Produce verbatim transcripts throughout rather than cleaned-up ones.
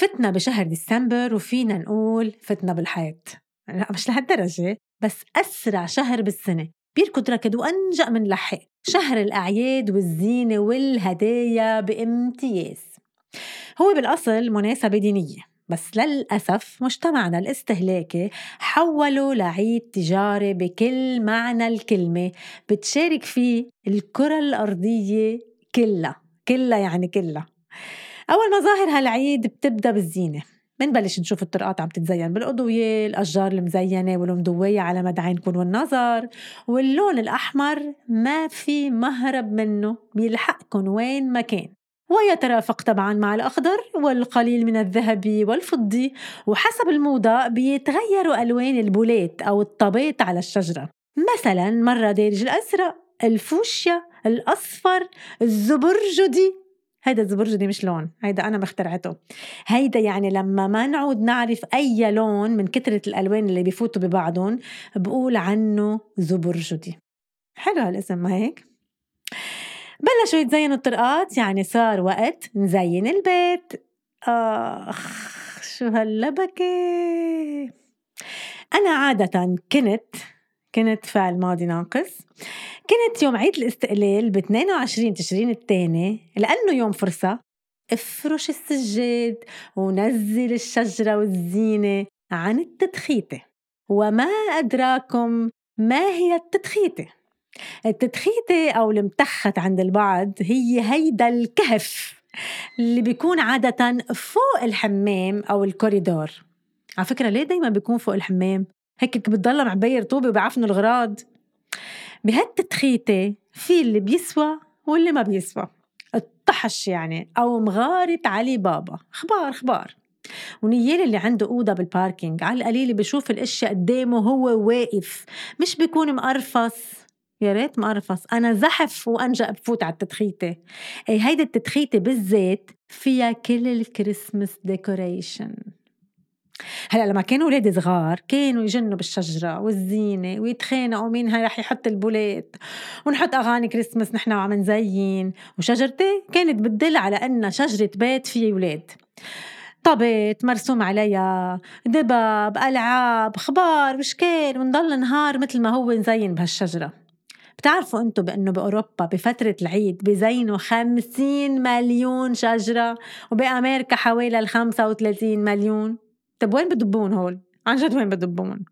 فتنا بشهر ديسمبر وفينا نقول فتنا بالحيط. لا مش لهالدرجة، بس أسرع شهر بالسنة، بيركض ركض وأنجأ من لحق. شهر الأعياد والزينة والهدايا بامتياز. هو بالأصل مناسبة دينية، بس للأسف مجتمعنا الاستهلاكي حوله لعيد تجاري بكل معنى الكلمة، بتشارك فيه الكرة الأرضية كلها كلها يعني كلها. أول مظاهر هالعيد بتبدأ بالزينة، منبلش نشوف الطرقات عم تتزين بالأضوية، الأشجار المزينة والمدوية على مدى عينكم والنظر، واللون الأحمر ما في مهرب منه، بيلحقكم وين ما كان، ويترافق طبعا مع الأخضر والقليل من الذهبي والفضي، وحسب الموضة بيتغيروا ألوان البوليت أو الطبيط على الشجرة. مثلا مرة دارج الأزرق، الفوشيا، الأصفر، الزبرجدي. هيدا الزبرجدي مش لون، هيدا أنا مخترعته. هيدا يعني لما ما نعود نعرف أي لون من كترة الألوان اللي بيفوتوا ببعضهم بقول عنه زبرجدي. حلو هالاسم ما هيك؟ بلشوا يتزينوا الطرقات، يعني صار وقت نزين البيت. آخ شو هاللبكة. أنا عادة كنت كنت فعل ماضي ناقص كنت يوم عيد الاستقلال ب اثنين وعشرين تشرين الثاني، لأنه يوم فرصة، افرش السجاد ونزل الشجرة والزينة عن التدخيتة. وما أدراكم ما هي التدخيتة؟ التدخيتة أو المتخت عند البعض هي هيدا الكهف اللي بيكون عادة فوق الحمام أو الكوريدور. على فكرة ليه دايما بيكون فوق الحمام؟ هيك بتضل معبير طوبة وبعفن الغراض. بهالتدخيتة في اللي بيسوى واللي ما بيسوى، الطحش يعني أو مغارة علي بابا، خبار خبار. ونيال اللي عنده أوضة بالباركينج على القليل بيشوف الأشياء قدامه هو واقف، مش بيكون مقرفص. يا ريت مقرفص، أنا زحف وأنجأ بفوت على التدخيتة. أي هيدا التدخيتة بالذات فيها كل الكريسمس ديكوريشن. هلأ لما كانوا ولادي صغار كانوا يجنوا بالشجرة والزينة ويتخانقوا مين هاي رح يحط البوليت، ونحط أغاني كريسمس نحن وعم نزين، وشجرتي كانت بتدل على أنها شجرة بيت فيه ولاد. طبيت مرسوم عليها دباب ألعاب خبار بشكال، ونضل نهار مثل ما هو نزين بهالشجرة. بتعرفوا أنتوا بأنه بأوروبا بفترة العيد بيزينوا خمسين مليون شجرة، وبأمريكا حوالي الخمسة وثلاثين مليون. طب وين بدبون هول؟ عن جد وين بدبون؟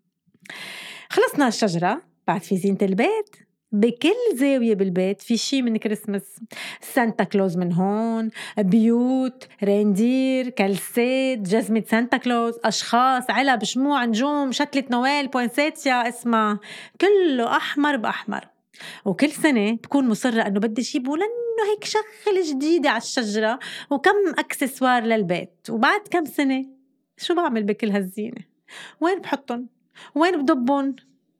خلصنا الشجرة، بعد في زينة البيت. بكل زاوية بالبيت في شي من كريسمس. سانتا كلوز من هون، بيوت، ريندير، كالسيت، جزمة سانتا كلوز، أشخاص، علب، شموع، نجوم، شتلة نويل، بوينسيتيا اسمها، كله أحمر بأحمر. وكل سنة بكون مصرة أنه بدي جيبه لأنه هيك شغل جديدة على الشجرة وكم أكسسوار للبيت. وبعد كم سنة شو بعمل بكل هالزينة؟ وين بحطن؟ وين بدبون؟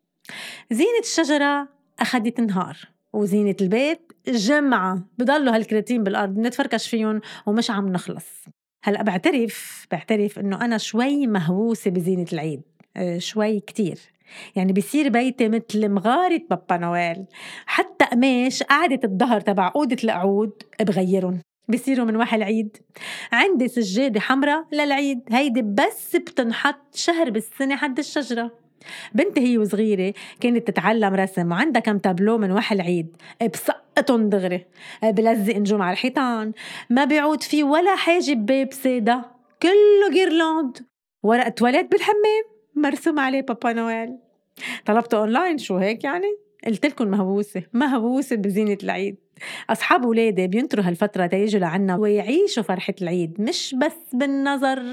زينة الشجرة أخدت نهار، وزينة البيت جمعة، بضلوا هالكريتين بالأرض نتفركش فيهم ومش عم نخلص. هلأ بعترف بعترف إنه أنا شوي مهووسة بزينة العيد، أه شوي كتير. يعني بيصير بيتي مثل مغارة بابا نويل، حتى قماش قاعدة الظهر تبع عودة القعود بغيرون، بيصيروا من وحي العيد. عندي سجادة حمراء للعيد، هيدي بس بتنحط شهر بالسنة حد الشجرة. بنتي هي وصغيرة كانت تتعلم رسم وعندها كم تابلو من وحي العيد، بسقطن دغري، بلزق نجوم على الحيطان، ما بيعود فيه ولا حاجب باب سادة، كله جيرلاند. ورقة تواليت بالحمام مرسوم عليه بابا نويل. طلبته أونلاين، شو هيك يعني؟ قلت لكم مهووسة مهووسة بزينة العيد. أصحاب ولادي بينطروا هالفترة تيجوا لعنا ويعيشوا فرحة العيد، مش بس بالنظر.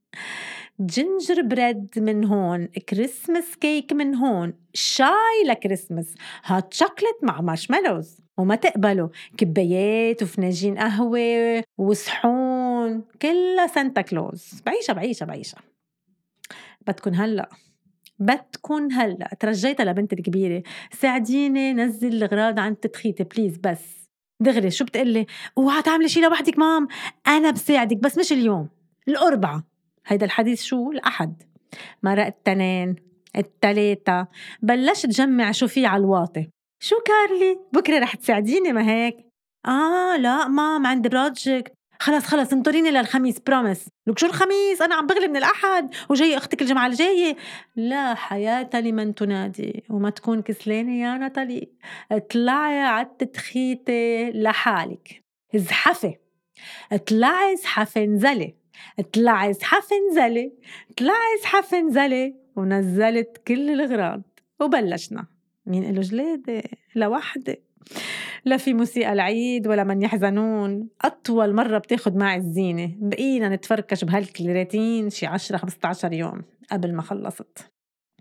جينجر بريد من هون، كريسمس كيك من هون، شاي لكريسمس، هات شوكولات مع مارشميلوز. وما تقبلوا كبايات وفناجين قهوة وصحون، كلها سانتا كلوز. بعيشة بعيشة بعيشة. بدكن هلأ بدكن هلأ ترجيتها لبنت الكبيرة، ساعديني نزل الغراض عن التدخيت بليز. بس دغري شو بتقلي؟ اوعى تعملي شي لوحدك مام، أنا بساعدك بس مش اليوم، الأربعة. هيدا الحديث شو؟ الأحد. مرق التنين، التلاتة، بلشت جمع شو في على الواطي. شو كارلي بكرة رح تساعديني ما هيك؟ آه لا مام عندي بروجكت. خلص خلص انطريني للخميس بروميس. لك شو الخميس؟ أنا عم بغلي من الأحد وجاي أختك الجمعة الجاية. لا حياة لمن تنادي. وما تكون كسلانة يا ناتالي، اطلعي عالتدخيتة لحالك، ازحفي، اطلعي ازحفي انزلي، اطلعي ازحفي انزلي، اطلعي ازحفي انزلي. ونزلت كل الغراض وبلشنا. مين إله جلادة لوحدي، لا في موسيقى العيد ولا من يحزنون. أطول مرة بتاخد معي الزينة، بقينا نتفركش بهالكليراتين شي عشرة خمسة عشر يوم قبل ما خلصت.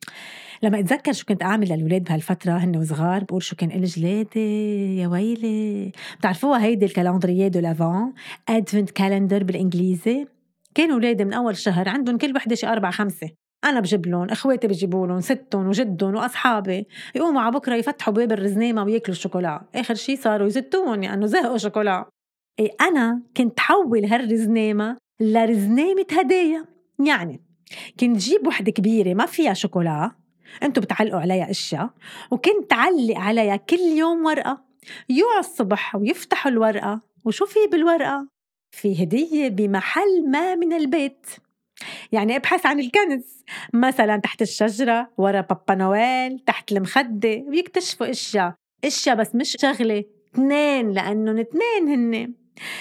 لما أتذكر شو كنت أعمل للولاد بهالفترة هن وصغار بقول شو كان إلي جلادة يا ويلي. بتعرفوها هيدي الكالندرية دو لافان، أدفنت كالندر بالإنجليزي؟ كانوا ولادي من أول شهر عندهم كل وحدة شي أربعة خمسة، أنا بجيب لهم، إخواتي بجيبوا لهم، ستهم وجدهم وأصحابي يقوموا على بكرة يفتحوا باب الرزنامة وياكلوا الشوكولا. آخر شي صاروا يزتون لأنه زهقوا شوكولا. إيه أنا كنت حول هالرزنامة لرزنامة هدايا. يعني كنت جيب وحدة كبيرة ما فيها شوكولا، انتو بتعلقوا عليها اشياء، وكنت تعلق عليها كل يوم ورقة. يوعى الصبح ويفتحوا الورقة وشو في بالورقة؟ في هدية بمحل ما من البيت. يعني ابحث عن الكنز، مثلا تحت الشجرة، ورا بابا نويل، تحت المخدة، ويكتشفوا اشياء اشياء بس مش شغلة اثنين، لأنه اثنين هن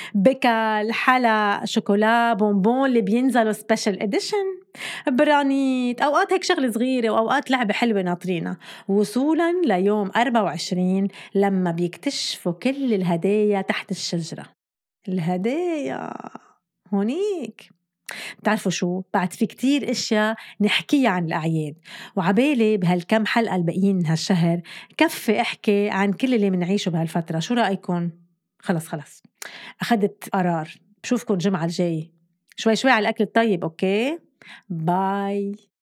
بكل حلا شوكولا بونبون اللي بينزلوا سبيشال اديشن، برانيت، أوقات هيك شغلة صغيرة وأوقات لعبة حلوة ناطرينا، وصولا ليوم أربعة وعشرين لما بيكتشفوا كل الهدايا تحت الشجرة. الهدايا هونيك. بتعرفوا شو؟ بعد في كتير اشياء نحكيها عن الأعياد، وعبالي بهالكم حلقة الباقيين هالشهر كفي احكي عن كل اللي منعيشه بهالفترة. شو رأيكم؟ خلص خلص أخدت قرار. بشوفكم الجمعة الجاي. شوي شوي على الأكل الطيب. أوكي باي.